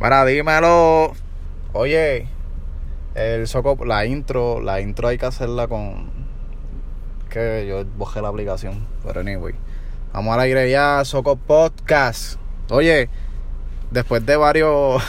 Mira, dímelo. Oye, la intro hay que hacerla con... Que yo bajé la aplicación, pero anyway. Vamos al aire ya, Soco Podcast. Oye, después de varios...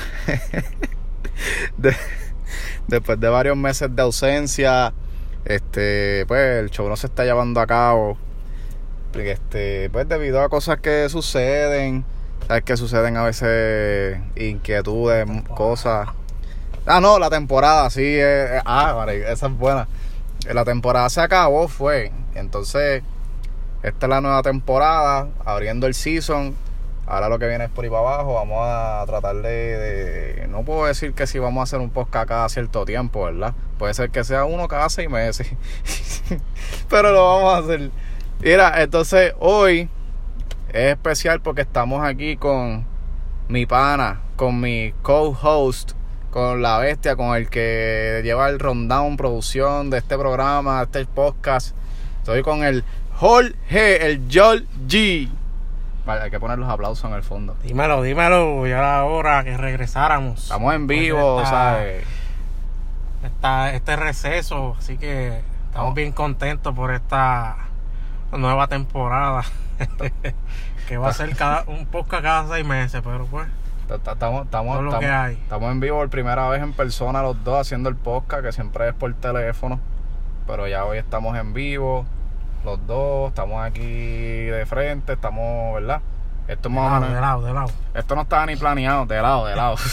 después de varios meses de ausencia, pues el show no se está llevando a cabo. Pues debido a cosas que suceden. Sabes que suceden a veces inquietudes, cosas. No, la temporada, sí. Esa es buena. La temporada se acabó, entonces esta es la nueva temporada, abriendo el season. Ahora lo que viene es por ahí para abajo. Vamos a tratar de... No puedo decir que si vamos a hacer un podcast cada cierto tiempo, ¿verdad? Puede ser que sea uno cada 6 meses. Pero lo vamos a hacer. Mira, entonces hoy es especial porque estamos aquí con mi pana, con mi co-host, con la bestia, con el que lleva el rundown, producción de este programa, de este podcast. Estoy con el Jorge, el Joel G. Vale, hay que poner los aplausos en el fondo. Dímelo, ya era hora que regresáramos. Estamos en vivo, ¿sabes? Este receso, así que estamos bien contentos por esta nueva temporada. Que va a ser un podcast cada 6 meses, pero pues estamos en vivo por primera vez en persona los dos haciendo el podcast, que siempre es por teléfono, pero ya hoy estamos en vivo los dos, estamos aquí de frente, estamos, ¿verdad? Esto es más o menos de lado. Esto no estaba ni planeado, de lado.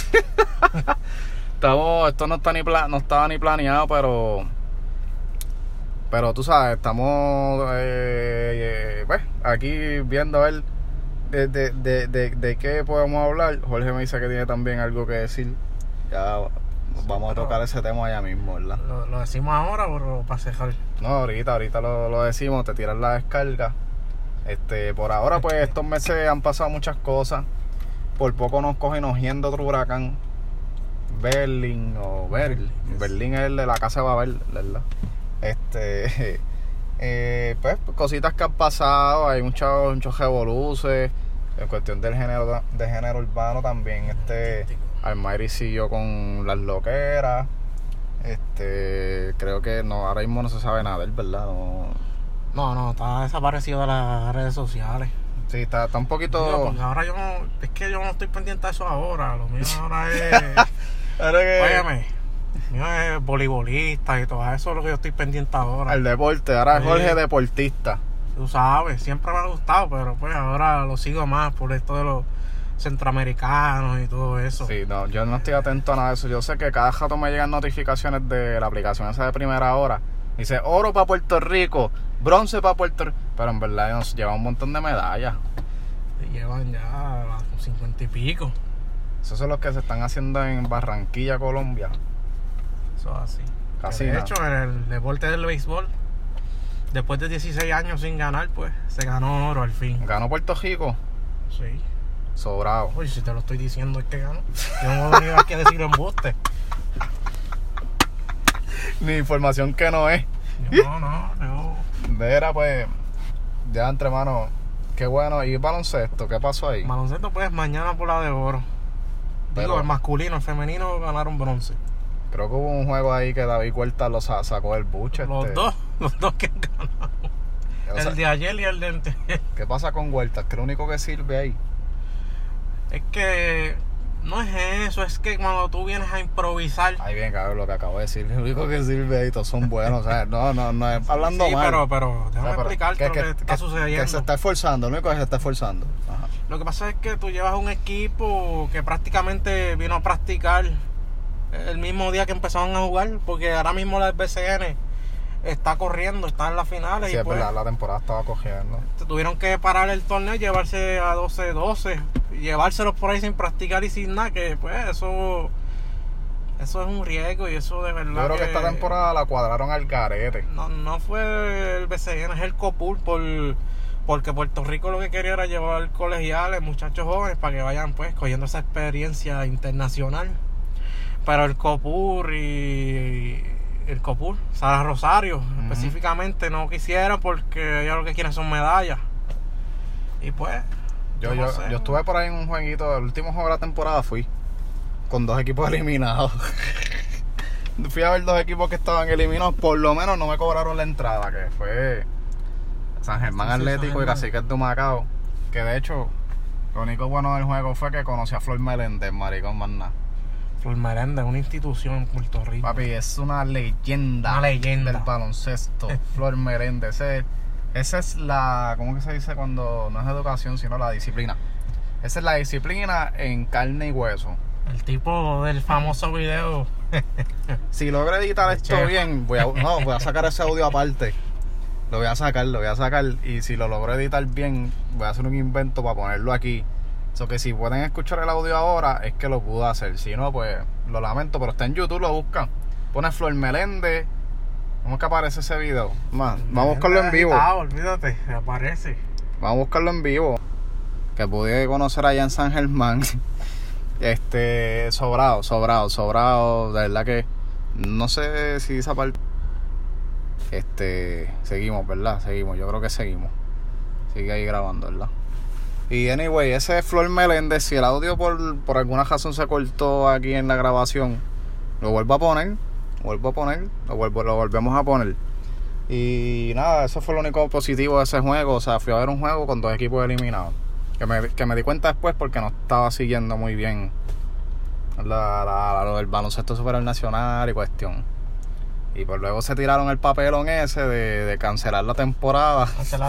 Esto no estaba ni planeado, pero tú sabes, estamos pues aquí viendo a ver de qué podemos hablar. Jorge me dice que tiene también algo que decir. Ya vamos a tocar ese tema allá mismo, ¿verdad? ¿Lo decimos ahora o para cejar? No, ahorita lo decimos, te tiras la descarga. Por ahora, pues estos meses han pasado muchas cosas. Por poco nos coge y nos hiende otro huracán. Berlín es el de la casa de Babel, ¿verdad? Pues cositas que han pasado, hay muchos revoluces en cuestión del género urbano también. Almighty siguió con las loqueras. Creo que ahora mismo no se sabe nada de él, ¿verdad? No, está desaparecido de las redes sociales. Sí, está un poquito... Digo, porque ahora yo no estoy pendiente de eso ahora. Lo mío ahora es... Óyeme, mío es voleibolista y todo eso es lo que yo estoy pendiente ahora. El deporte, ahora es Jorge deportista. Tú sabes, siempre me ha gustado, pero pues ahora lo sigo más por esto de los centroamericanos y todo eso. Sí, no, yo no estoy atento a nada de eso. Yo sé que cada rato me llegan notificaciones de la aplicación esa de primera hora. Dice oro para Puerto Rico, bronce para Puerto Rico. Pero en verdad nos lleva un montón de medallas. Y llevan ya 50 y pico. Esos son los que se están haciendo en Barranquilla, Colombia. Eso es así. Casi de nada. hecho, en el deporte del béisbol, después de 16 años sin ganar, pues se ganó oro al fin. ¿Ganó Puerto Rico? Sí. Sobrado. Oye, si te lo estoy diciendo es que ganó. Yo no he venido aquí a decir embuste. Ni información que no es. No. Era pues, ya entre manos, qué bueno. ¿Y baloncesto? ¿Qué pasó ahí? Baloncesto, pues mañana por la de oro. Digo, el masculino, el femenino ganaron bronce. Creo que hubo un juego ahí que David Huerta lo sacó del buche. Los dos que han ganado. El de ayer y el de antes. ¿Qué pasa con Huerta? Que lo único que sirve ahí. Es que no es eso, es que cuando tú vienes a improvisar. Ahí bien, cabrón, lo que acabo de decir. Lo único que sirve ahí, todos son buenos. O sea, no es hablando sí, mal. Pero déjame explicarte lo que está sucediendo. Que se está esforzando, lo único que se está esforzando. Ajá. Lo que pasa es que tú llevas un equipo que prácticamente vino a practicar el mismo día que empezaron a jugar, porque ahora mismo la BCN está corriendo, está en las finales. Sí, y es pues, verdad, la temporada estaba cogiendo. Tuvieron que parar el torneo y llevarse a 12-12, llevárselos por ahí sin practicar y sin nada, que pues eso es un riesgo y eso de verdad. Yo creo que esta temporada la cuadraron al garete. No fue el BCN, es el COPUR, porque Puerto Rico lo que quería era llevar colegiales, muchachos jóvenes, para que vayan pues cogiendo esa experiencia internacional. Pero el COPUR Sara Rosario, específicamente no quisieron, porque ellos lo que quieren son medallas. Y pues Yo estuve por ahí en un jueguito, el último juego de la temporada fui. con 2 equipos eliminados. Fui a ver 2 equipos que estaban eliminados. Por lo menos no me cobraron la entrada, que fue San Germán Atlético y Caciques de Humacao. Que de hecho, lo único bueno del juego fue que conocí a Flor Meléndez, maricón, más nada. Flor Meléndez, una institución en Puerto Rico. Papi, es una leyenda, del baloncesto. Flor Meléndez. Esa es la, ¿cómo que se dice cuando no es educación, sino la disciplina? Esa es la disciplina en carne y hueso. El tipo del famoso video. Si logro editar esto bien, voy a sacar ese audio aparte. Lo voy a sacar. Y si lo logro editar bien, voy a hacer un invento para ponerlo aquí. So que si pueden escuchar el audio ahora, es que lo pude hacer. Si no, pues lo lamento, pero está en YouTube, lo buscan. Pone Flor Meléndez. ¿Cómo es que aparece ese video? Vamos a buscarlo en vivo. Olvídate, aparece. Vamos a buscarlo en vivo. Que pude conocer allá en San Germán. Sobrado. De verdad que no sé si esa parte. Seguimos, ¿verdad? Yo creo que seguimos. Sigue ahí grabando, ¿verdad? Y anyway, ese es Flor Meléndez. Si el audio por alguna razón se cortó aquí en la grabación, lo vuelvo a poner. Lo volvemos a poner. Y nada, eso fue lo único positivo de ese juego. O sea, fui a ver un juego con 2 equipos eliminados. Que me di cuenta después porque no estaba siguiendo muy bien lo del baloncesto superior nacional y cuestión. Y pues luego se tiraron el papelón ese de cancelar la temporada.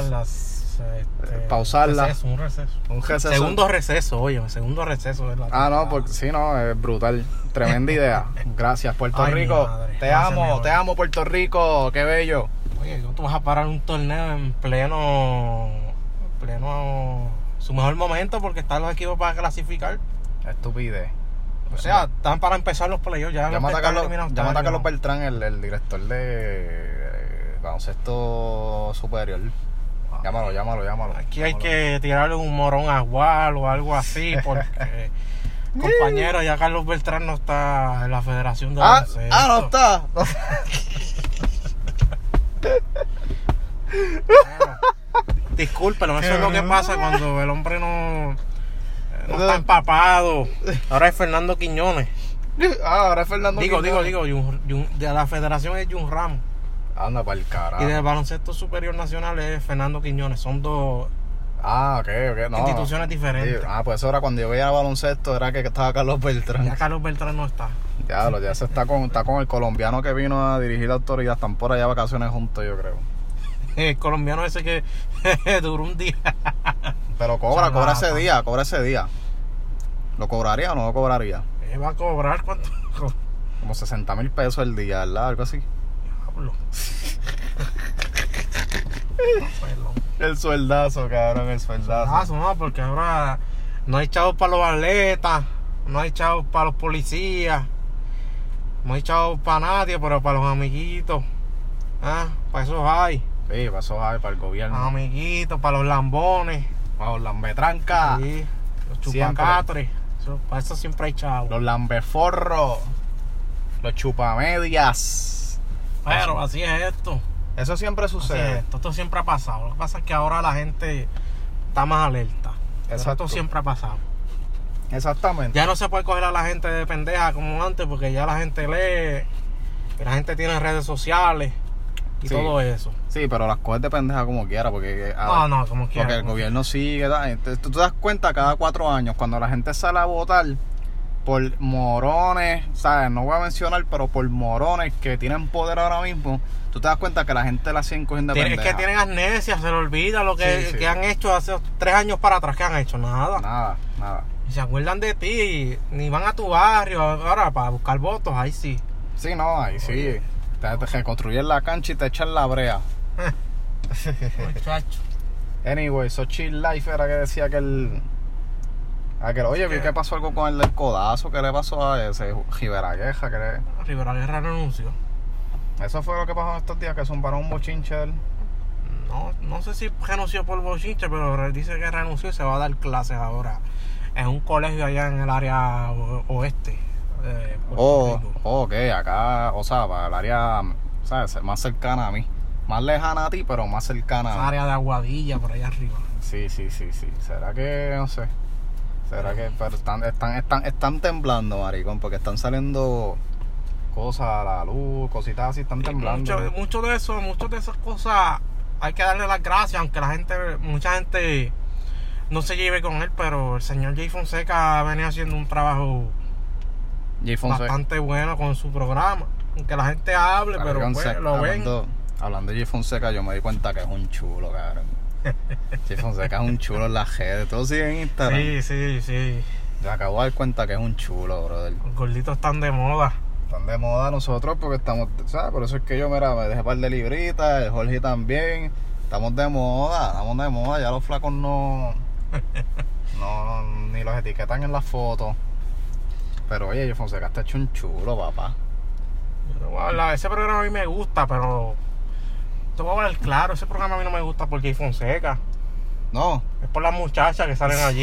Pausarla. Un receso. Segundo receso de la temporada. No, porque sí, no, es brutal. Tremenda idea. Gracias, Puerto Rico. Te amo, Puerto Rico. Qué bello. Oye, tú vas a parar un torneo en pleno su mejor momento porque están los equipos para clasificar. Estupidez. O sea, están para empezar los playoffs. Llámate a Carlos Beltrán, el director de baloncesto superior. Llámalo. Aquí hay que tirarle un morón a Gual o algo así porque compañero, ya Carlos Beltrán no está en la Federación de Baloncesto. No está. Bueno, discúlpelo, eso es lo que pasa cuando el hombre no está empapado. Ahora es Fernando Quiñones. Ahora es Fernando Quiñones. Digo, de la federación es Jun Ramos. Anda para el carajo. Y del baloncesto superior nacional es Fernando Quiñones. Son 2 ok. No, instituciones diferentes. Pues eso era cuando yo veía baloncesto, era que estaba Carlos Beltrán. Ya Carlos Beltrán no está. Ya se está con el colombiano que vino a dirigir la autoridad. Están por allá vacaciones juntos, yo creo. El colombiano ese que duró un día. Pero cobra ese día. ¿Lo cobraría o no lo cobraría? ¿Va a cobrar cuánto? Como 60,000 pesos el día, ¿verdad? Algo así. Diablo. El sueldazo, cabrón, No, porque ahora no hay chavos para los atletas, no hay chavos para los policías, no hay chavos para nadie, pero para los amiguitos. Para eso hay. Sí, para eso hay, para el gobierno. Amiguitos, para los lambones. Para los lambetrancas. Sí, los chupacatres. Para eso siempre hay chavos. Los lambeforros. Los chupamedias. Pero así es esto. Eso siempre sucede. Esto siempre ha pasado. Lo que pasa es que ahora la gente está más alerta. Esto siempre ha pasado. Exactamente. Ya no se puede coger a la gente de pendeja como antes porque ya la gente lee, y la gente tiene redes sociales y todo eso. Sí, pero las coges de pendeja como quiera porque como quiera. Porque el gobierno sigue. Entonces, tú te das cuenta cada 4 años cuando la gente sale a votar por morones, ¿sabes? No voy a mencionar, pero por morones que tienen poder ahora mismo, tú te das cuenta que la gente la siguen cogiendo de pendeja. Es que tienen amnesia, se le olvida lo que han hecho hace 3 años para atrás. ¿Qué han hecho? Nada. Y se acuerdan de ti, ni van a tu barrio ahora para buscar votos, ahí sí. Sí, no, ahí sí. Te reconstruyen la cancha y te echan la brea. Muchacho. Anyway, so Chill Life era que decía que oye, vi que pasó algo con el del codazo. ¿Qué le pasó a ese? Rivera Guerra, Rivera Guerra renunció. Eso fue lo que pasó en estos días, que zumbaron un bochinche de él. No sé si renunció por bochinche, pero dice que renunció y se va a dar clases ahora en un colegio allá en el área oeste de Puerto Rico. Ok, acá, o sea, para el área, ¿sabes? Más cercana a mí. Más lejana a ti, pero más cercana a mí. Área de Aguadilla, por allá arriba. Sí. ¿Será que, no sé? ¿Será que pero están temblando, maricón? Porque están saliendo cosas a la luz, cositas así, están temblando. Mucho de esas cosas hay que darle las gracias, aunque mucha gente no se lleve con él, pero el señor Jay Fonseca venía haciendo un trabajo bastante bueno con su programa. Aunque la gente hable, pero pues, lo ven. Hablando de Jay Fonseca, yo me di cuenta que es un chulo, cabrón. Jay Fonseca es un chulo en las redes. ¿Todos siguen en Instagram? Sí. Yo acabo de dar cuenta que es un chulo, brother. Los gorditos están de moda. Están de moda nosotros porque estamos, ¿sabes? Por eso es que yo, mira, me dejé un par de libritas, el Jorge también. Estamos de moda. Ya los flacos no ni los etiquetan en las fotos. Pero oye, Jay Fonseca está hecho un chulo, papá. Ese programa a mí me gusta, pero te voy a hablar claro, ese programa a mí no me gusta por Jay Fonseca. No. Es por las muchachas que salen allí.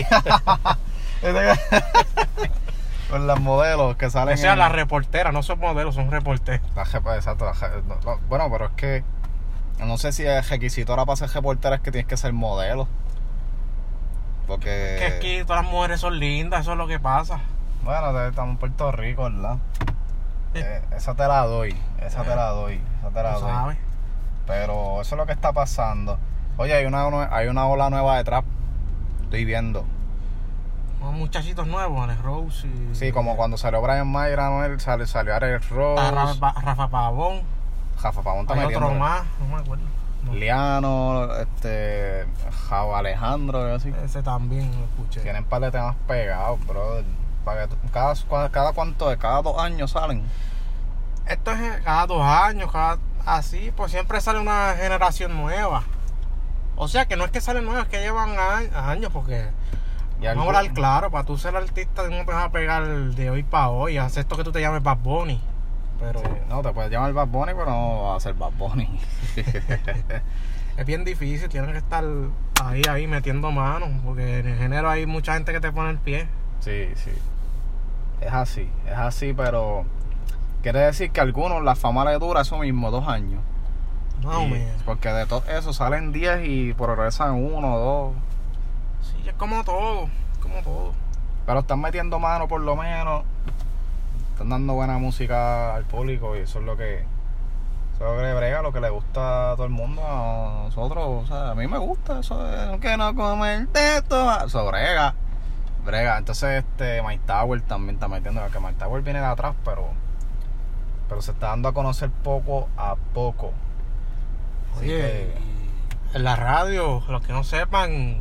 Por las modelos que salen. O sea, las reporteras, no son modelos, son reporteras. Exacto. Bueno, pero es que no sé si el requisito ahora para ser reportera es que tienes que ser modelo. Porque que es que todas las mujeres son lindas, eso es lo que pasa. Bueno, estamos en Puerto Rico, ¿verdad? Esa te la doy. ¿Sabes? Pero eso es lo que está pasando. Oye, hay una ola nueva de trap. Estoy viendo. Unos muchachitos nuevos, Alex Rose y... Sí, como cuando salió Brian Mayra, ¿no? Salió Alex Rose. Rafa Pavón. Rafa Pavón también. Hay otro más, no me acuerdo. No. Liano, Jao Alejandro, así. Ese también lo escuché. Tienen par de temas pegados, brother. Cada cuánto de cada 2 años salen. Esto es cada 2 años, así, pues siempre sale una generación nueva. O sea que no es que salen nuevas, es que llevan años, porque vamos a hablar claro, para tú ser artista no te vas a pegar de hoy para hoy, hacer esto que tú te llames Bad Bunny. Pero sí, no, te puedes llamar Bad Bunny, pero no vas a ser Bad Bunny. Es bien difícil, tienes que estar ahí metiendo manos, porque en el género hay mucha gente que te pone el pie. Sí. Es así, pero quiere decir que a algunos la fama le dura eso mismo, 2 años. No, porque de todo eso salen 10 y progresan 1 o 2. Sí, es como todo. Pero están metiendo mano por lo menos. Están dando buena música al público y eso es lo que le brega, lo que le gusta a todo el mundo, a nosotros. O sea, a mí me gusta eso de que no comer teto. Eso brega. Entonces Mike Tower también está metiendo, que Mike Tower viene de atrás, pero se está dando a conocer poco a poco. Oye, en la radio, los que no sepan,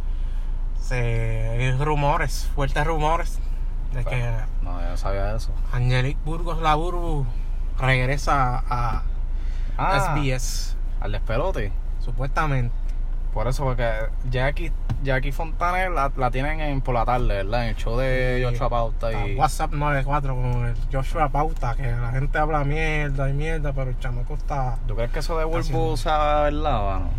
hay rumores, fuertes rumores de que no, yo no sabía eso. Angelique Burgos La Burbu regresa a SBS. Al despelote. Supuestamente. Por eso, porque Jackie Fontaner la tienen por la tarde, ¿verdad? En el show de Joshua Pauta y... WhatsApp 94 con el Joshua Pauta, que la gente habla mierda, pero el chamaco está... ¿Tú crees que eso de Bulbu sea verdad o no?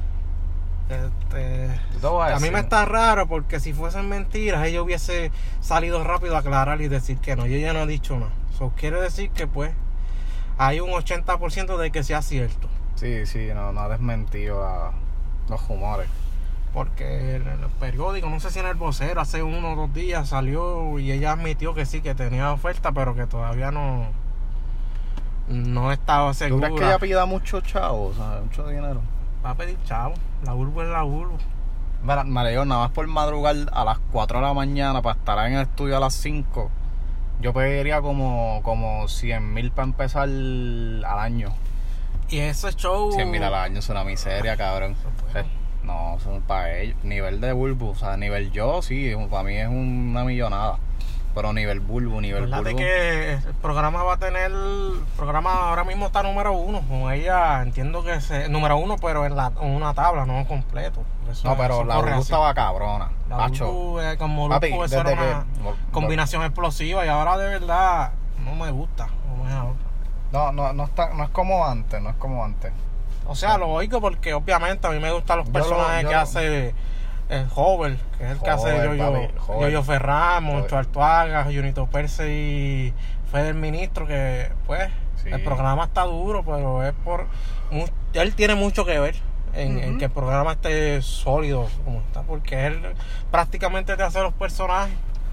A mí me está raro, porque si fuesen mentiras, ella hubiese salido rápido a aclarar y decir que no. Y ella no ha dicho nada. Eso quiere decir que, pues, hay un 80% de que sea cierto. Sí, no ha desmentido los rumores. Porque en el periódico, no sé si en el Vocero, hace 1 o 2 días salió y ella admitió que sí, que tenía oferta, pero que todavía no estaba segura. ¿Tú crees que ella pida mucho chavo, o sea, mucho dinero? Va a pedir chavo, la Burbu es la Burbu. Mira, nada más por madrugar a las 4 de la mañana para estar en el estudio a las 5, yo pediría como 100,000 para empezar al año. Y ese show... 100,000 al año es una miseria, cabrón. No, son para ellos. Nivel de Bulbu, o sea, nivel yo, sí, para mí es una millonada. Pero nivel Bulbu. Fíjate que el programa ahora mismo está número 1. Con ella entiendo que es número 1, pero en una tabla, no completo. No, pero la Bulbu estaba cabrona. La Bulbu con Molusco, eso era una combinación explosiva, y ahora de verdad no me gusta. No es como antes, O sea, lo oigo porque obviamente a mí me gustan los personajes que hace el Hover, que es el que hace Yoyo Ferran, Moncho Artuaga, Junito Perse y Fede el Ministro, que pues sí. El programa está duro, pero es él tiene mucho que ver en que el programa esté sólido como está, porque él prácticamente te hace los personajes.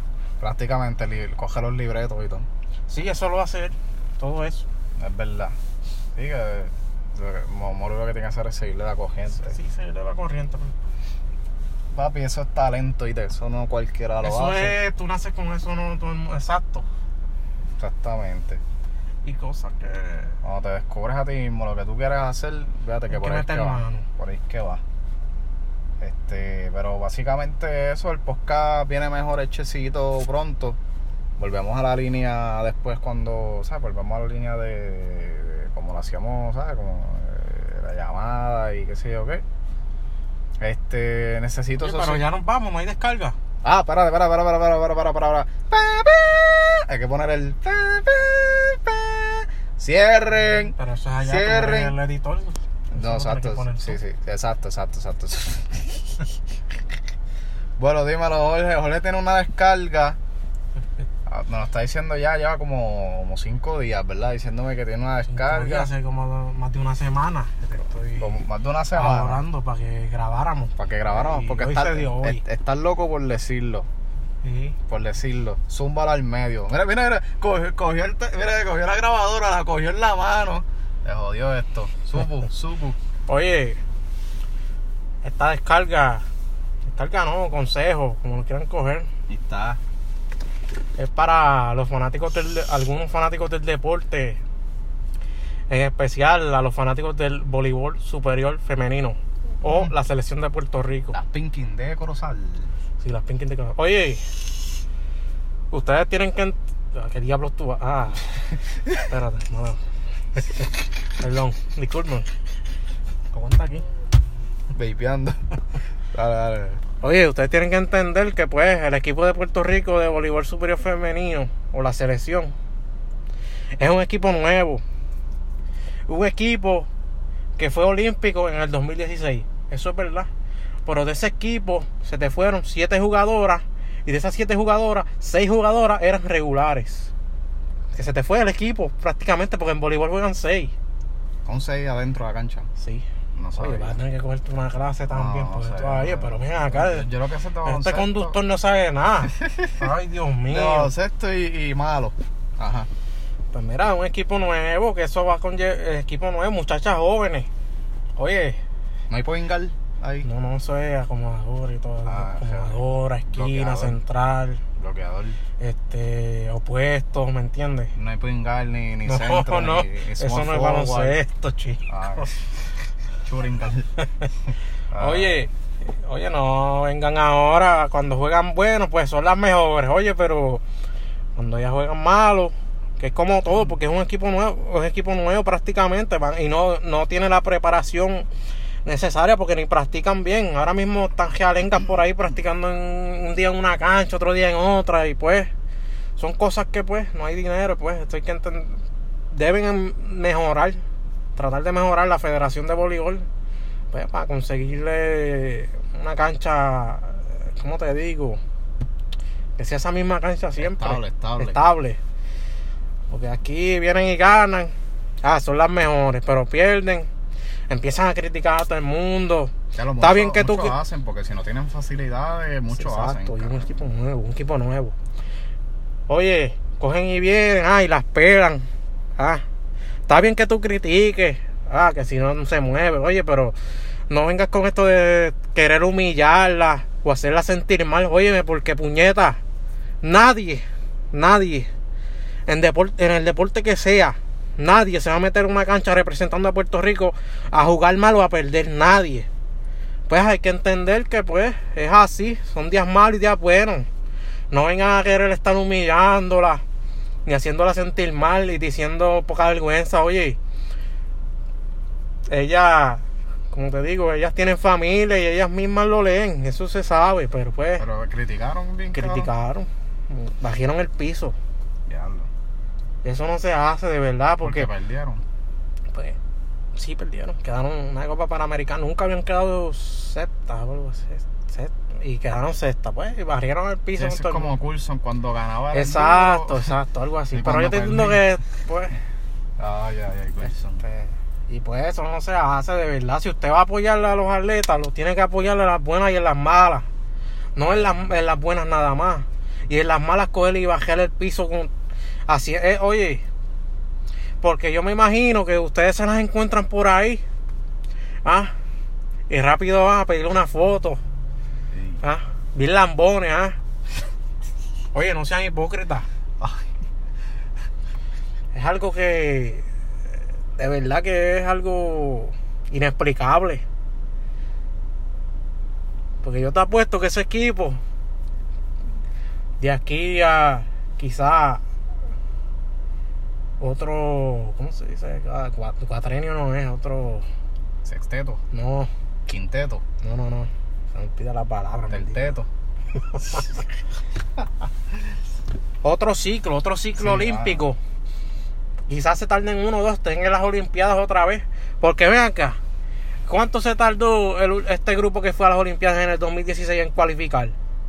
Prácticamente coge los libretos y todo. Sí, eso lo hace él. Todo eso. Es verdad. Sí, que Moro lo que tiene que hacer es seguirle la corriente. Sí, seguirle la corriente. Papi, eso es talento y de eso no cualquiera lo eso hace. Tú naces con eso, no todo el mundo. Exacto. Exactamente. Y cosas que... Cuando te descubres a ti mismo lo que tú quieres hacer, fíjate que por ahí es que va. Por ahí es que va. Pero básicamente eso, el podcast viene mejor hechecito pronto. Volvemos a la línea después cuando, ¿sabes? Volvemos a la línea de como lo hacíamos, ¿sabes? Como la llamada y qué sé yo qué. Necesito Oye, eso. Pero ya nos vamos, no hay descarga. Para. Hay que poner el cierren. Pero eso es allá cierren. el editor. No, exacto. Sí, exacto. Bueno, dímelo, Jorge. Jorge tiene una descarga. Me lo está diciendo ya, lleva como 5 días, ¿verdad? Diciéndome que tiene una descarga. Hace como más de una semana que te estoy Como más de una semana. adorando para que grabáramos. Porque hoy se dio hoy. estás loco por decirlo. Sí. Por decirlo. Zúmbalo al medio. Mira. Cogió la grabadora, la cogió en la mano. Le jodió esto. Supu. Oye, esta descarga no, consejo, como lo quieran coger. Y está. Es para los fanáticos algunos fanáticos del deporte, en especial a los fanáticos del voleibol superior femenino o la selección de Puerto Rico. Las Pinkin de Corozal. Sí, las Pinkin de Corozal. Oye, ustedes tienen que... ¿Qué diablos tú vas? Espérate, no. Perdón, disculpen. Aguanta aquí. Vapeando. Dale. Oye, ustedes tienen que entender que pues el equipo de Puerto Rico de voleibol superior femenino o la selección es un equipo nuevo. Un equipo que fue olímpico en el 2016. Eso es verdad. Pero de ese equipo se te fueron 7 jugadoras y de esas 7 jugadoras, 6 jugadoras eran regulares. Que se te fue el equipo prácticamente porque en voleibol juegan 6. Con 6 adentro de la cancha. Sí. No sabía. Oye, vas a tener que cogerte una clase también. No sé, oye, pero ven acá. Yo lo que sé es este conductor no sabe nada. Ay, Dios mío. No, sexto y malo. Ajá. Pues mira, un equipo nuevo, que eso va con equipo nuevo, muchachas jóvenes. Oye. ¿No hay poingal ahí? No, eso es acomodador y todo. Acomodadora, esquina, bloqueador, central. Bloqueador. Opuestos, ¿me entiendes? No hay poingal ni No, centro. no. Ni Eso no es baloncesto, chicos. Oye, no vengan ahora. Cuando juegan bueno, pues son las mejores. Oye, pero cuando ya juegan malo, que es como todo, porque es un equipo nuevo prácticamente, y no tiene la preparación necesaria porque ni practican bien. Ahora mismo están realengas por ahí practicando un día en una cancha, otro día en otra, y pues son cosas que pues no hay dinero, pues esto hay que deben mejorar, tratar de mejorar la Federación de Voleibol, pues para conseguirle una cancha, ¿cómo te digo? Que sea esa misma cancha siempre. Estable. Porque aquí vienen y ganan. Son las mejores, pero pierden. Empiezan a criticar a todo el mundo. Está bien que muchos hacen, porque si no tienen facilidades, muchos hacen. Exacto, y un equipo nuevo. Oye, cogen y vienen, y las pegan. Está bien que tú critiques, que si no se mueve. Oye, pero no vengas con esto de querer humillarla o hacerla sentir mal. Óyeme, porque puñeta, nadie en el deporte que sea, nadie se va a meter en una cancha representando a Puerto Rico a jugar mal o a perder. Nadie. Pues hay que entender que pues es así. Son días malos y días buenos. No vengan a querer estar humillándola ni haciéndola sentir mal y diciendo poca vergüenza. Oye, ellas, como te digo, ellas tienen familia y ellas mismas lo leen. Eso se sabe, pero pues... Pero criticaron bien. Criticaron. Bajaron el piso. Diablo. Eso no se hace de verdad porque perdieron. Pues sí perdieron, quedaron una Copa Panamericana, nunca habían quedado sexta o algo así, y quedaron sexta, pues, y barrieron el piso. Sí, es como Coulson cuando ganaba. Exacto, algo así. Pero yo te entiendo que pues Coulson. Y pues eso no se hace de verdad. Si usted va a apoyar a los atletas, los tiene que apoyar en las buenas y en las malas, no en las buenas nada más. y en las malas coger y bajar el piso con así, oye, porque yo me imagino que ustedes se las encuentran por ahí, y rápido van a pedirle una foto, bien lambones, oye, no sean hipócritas. Es algo que de verdad que es algo inexplicable, porque yo te apuesto que ese equipo de aquí a quizá otro, ¿cómo se dice? Cuatrenio no es, otro Sexteto. no, Quinteto. se me olvida la palabra, Terteto. otro ciclo Sí, olímpico. Quizás se tarden 1 o 2, estén en las Olimpiadas otra vez. Porque ven acá, ¿cuánto se tardó este grupo que fue a las Olimpiadas en el 2016 en cualificar?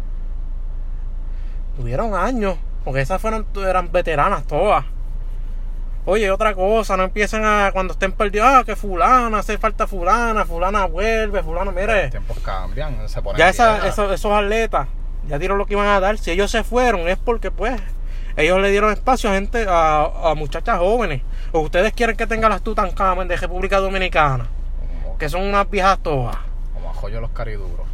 Tuvieron años, porque esas eran veteranas todas. Oye, otra cosa, no empiecen a, cuando estén perdidos, que fulana, hace falta fulana vuelve, fulano, mire. Los tiempos cambian, se ponen Ya viejas. esos atletas ya dieron lo que iban a dar. Si ellos se fueron es porque pues ellos le dieron espacio a muchachas jóvenes. O ustedes quieren que tengan las Tutankamen de República Dominicana, que son unas viejas todas. Como a Joyo los cariduros.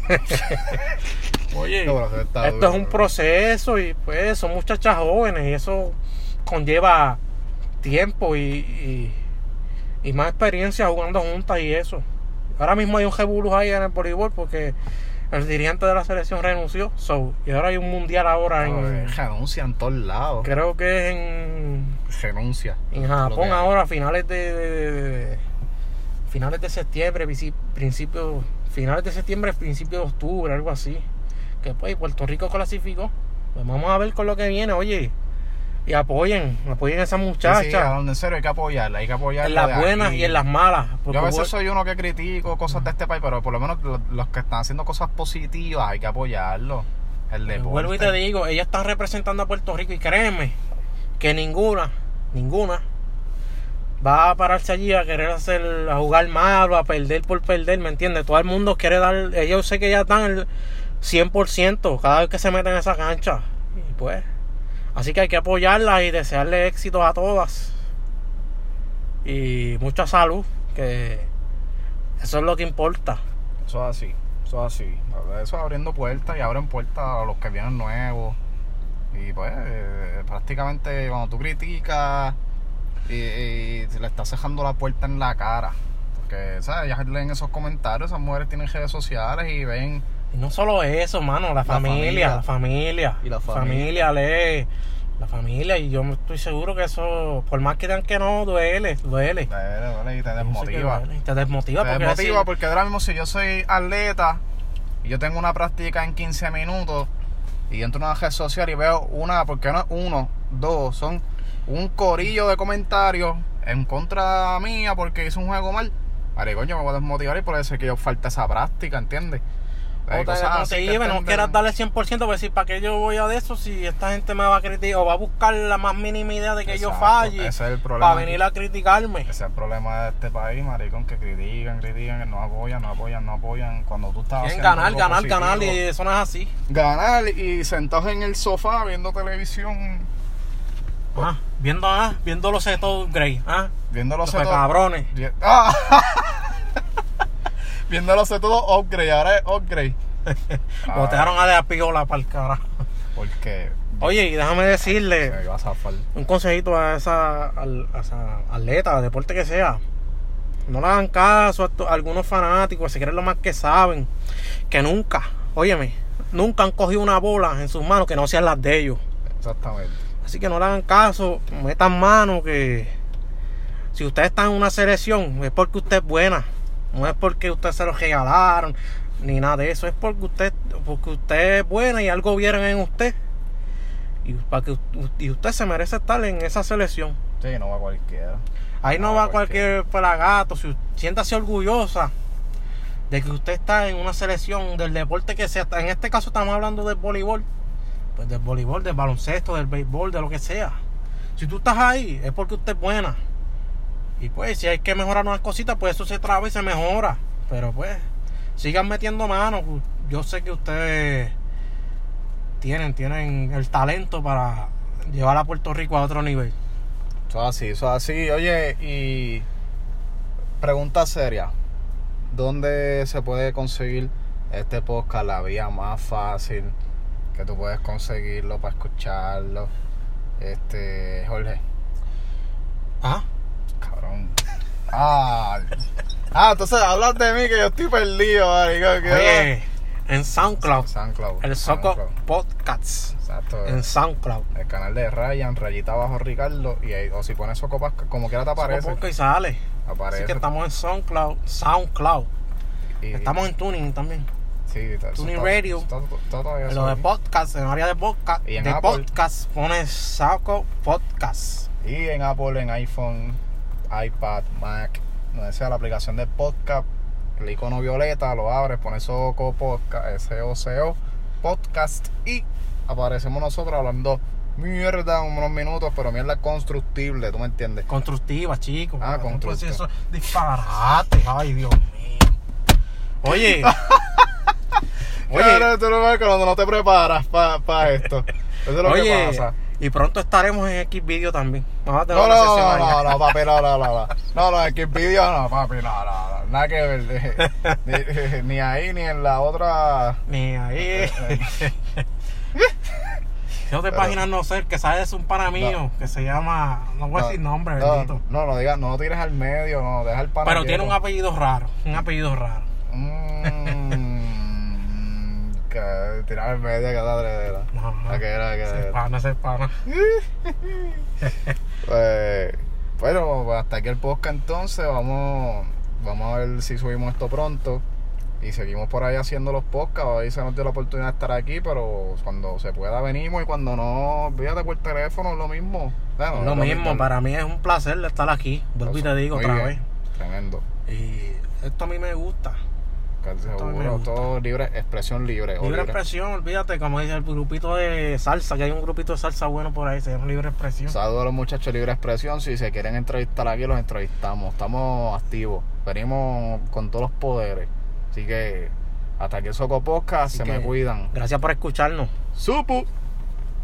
Oye, No, pero está esto duro, es un bro. proceso y pues son muchachas jóvenes y eso conlleva tiempo y más experiencia jugando juntas y eso. Ahora mismo hay un revolú ahí en el voleibol porque el dirigente de la selección renunció, y ahora hay un mundial ahora Renuncia en todos lados. creo que es Renuncia. en Lo Japón que- ahora, finales de septiembre, finales de septiembre, principios de octubre, algo así. Que pues Puerto Rico clasificó. Pues vamos a ver con lo que viene, oye. Y apoyen a esas muchachas. Sí, hablando en serio, hay que apoyarla, en las buenas y en las malas. Yo a veces soy uno que critico cosas de este país, pero por lo menos los que están haciendo cosas positivas hay que apoyarlos. El deporte. Vuelvo y te digo, ellas están representando a Puerto Rico y créeme que ninguna va a pararse allí a querer a jugar malo, a perder por perder, ¿me entiendes? Todo el mundo quiere dar, ellos sé que ya están el 100% cada vez que se meten en esa cancha. Y pues, así que hay que apoyarlas y desearle éxitos a todas. Y mucha salud, que eso es lo que importa. Eso es así, eso es así. Eso abriendo puertas y abren puertas a los que vienen nuevos. Y pues, prácticamente cuando tú criticas y se le estás dejando la puerta en la cara. Porque, ¿sabes? Ellas leen esos comentarios, esas mujeres tienen redes sociales y ven. Y no solo eso, mano, la familia. Y la familia lee. La familia, y yo estoy seguro que eso, por más que digan que no, duele. Y te desmotiva. Te desmotiva Te porque desmotiva porque ahora mismo si yo soy atleta y yo tengo una práctica en 15 minutos y entro en una red social y veo porque no es uno, dos, son un corillo de comentarios en contra mía porque hice un juego mal, coño, me voy a desmotivar y por eso es que yo falta esa práctica, ¿entiendes? o te desmotive, no quieras darle 100%, para decir, ¿para qué yo voy a de eso si esta gente me va a criticar o va a buscar la más mínima idea de que yo falle ese es el problema para venir a criticarme? Ese es el problema de este país, maricón, que critican, no apoyan. Cuando tú estás Quieren haciendo algo ganar positivo, y eso no es así. ganar y sentados en el sofá viendo televisión, Viendo los setos Grey, viendo los los setos cabrones. viendo los setos upgrade, ahora es upgrade. Botaron a de la piola para el carajo. Porque Oye, y déjame decirle se iba a zafar. un consejito a esa atleta, deporte que sea. No le hagan caso a algunos fanáticos, se creen lo más que saben. Que nunca han cogido una bola en sus manos que no sean las de ellos. Exactamente. Así que no le hagan caso, metan mano, que si usted está en una selección es porque usted es buena. No es porque usted se lo regalaron ni nada de eso, es porque usted es buena y algo vieron en usted y usted se merece estar en esa selección. Sí, no va cualquiera. Ahí no va cualquier pelagato. Siéntase orgullosa de que usted está en una selección del deporte que sea. En este caso estamos hablando del voleibol, pues del voleibol, del baloncesto, del béisbol, de lo que sea. Si tú estás ahí es porque usted es buena. Y pues si hay que mejorar unas cositas, pues eso se traba y se mejora. Pero pues sigan metiendo manos. Yo sé que ustedes tienen el talento para llevar a Puerto Rico a otro nivel. Eso es así. Oye, y pregunta seria. ¿Dónde se puede conseguir este podcast? La vía más fácil que tú puedes conseguirlo para escucharlo. Jorge. ¿Ah? Cabrón. Entonces hablas de mí que yo estoy perdido, marico. Oye, en SoundCloud. El Soco SoundCloud. Podcasts. Exacto. En SoundCloud. El canal de Ryan, rayita abajo Ricardo. Y ahí, o si pones Soco Podcast, como quiera te aparece. Soco Podcast y sale. Aparece. Así que estamos en SoundCloud. Y- Estamos en Tuning también. Sí, está, Tuning está- Radio. está todavía En lo de ahí. podcast, en el área de podcast, Y en de Apple. podcast pones Soco Podcast. Y en Apple, en iPhone, iPad, Mac, donde sea la aplicación de podcast, el icono violeta, lo abres, pones Soco Podcast, SOCO Podcast y aparecemos nosotros hablando mierda unos minutos, pero mierda constructible, ¿tú me entiendes? Constructiva, chicos. Ah, No puedes decir constructiva. eso disparate. Ay, Dios mío. Oye. Claro, tú lo ves cuando no te preparas para esto. Eso es lo que pasa. Y pronto estaremos en Xvideo también. Vamos a tener No, una sesión ahí. no, papi, no, en Xvideo no, papi, no, nada que ver, ni ahí, ni en la otra. Ni ahí. Yo te páginas no sé, que sabes es un pana mío que se llama, no voy a decir nombre, bendito. No digas, no lo tires al medio, no, deja el pana. Pero tiene quieto. un apellido raro, Que tirar al medio que da atredera. Ajá. Ese pana. Bueno, pues hasta aquí el podcast entonces. Vamos a ver si subimos esto pronto. Y seguimos por ahí haciendo los podcasts. Hoy se nos dio la oportunidad de estar aquí, pero cuando se pueda venimos. Y cuando no, fíjate por teléfono, es lo mismo. Bueno, Lo es mismo, para mí es un placer estar aquí. Vuelvo y te digo Muy otra bien. vez. Tremendo. Y esto a mí me gusta. Casi Esto me seguro, gusta. todo libre, expresión libre. o Libre expresión, olvídate, como dice el grupito de salsa, que hay un grupito de salsa bueno por ahí, se llama Libre Expresión. Saludos a los muchachos de Libre Expresión. Si se quieren entrevistar aquí, los entrevistamos. Estamos activos. Venimos con todos los poderes. Así que hasta aquí el Soco Podcast. Así Se que me cuidan. Gracias por escucharnos. ¡Supu!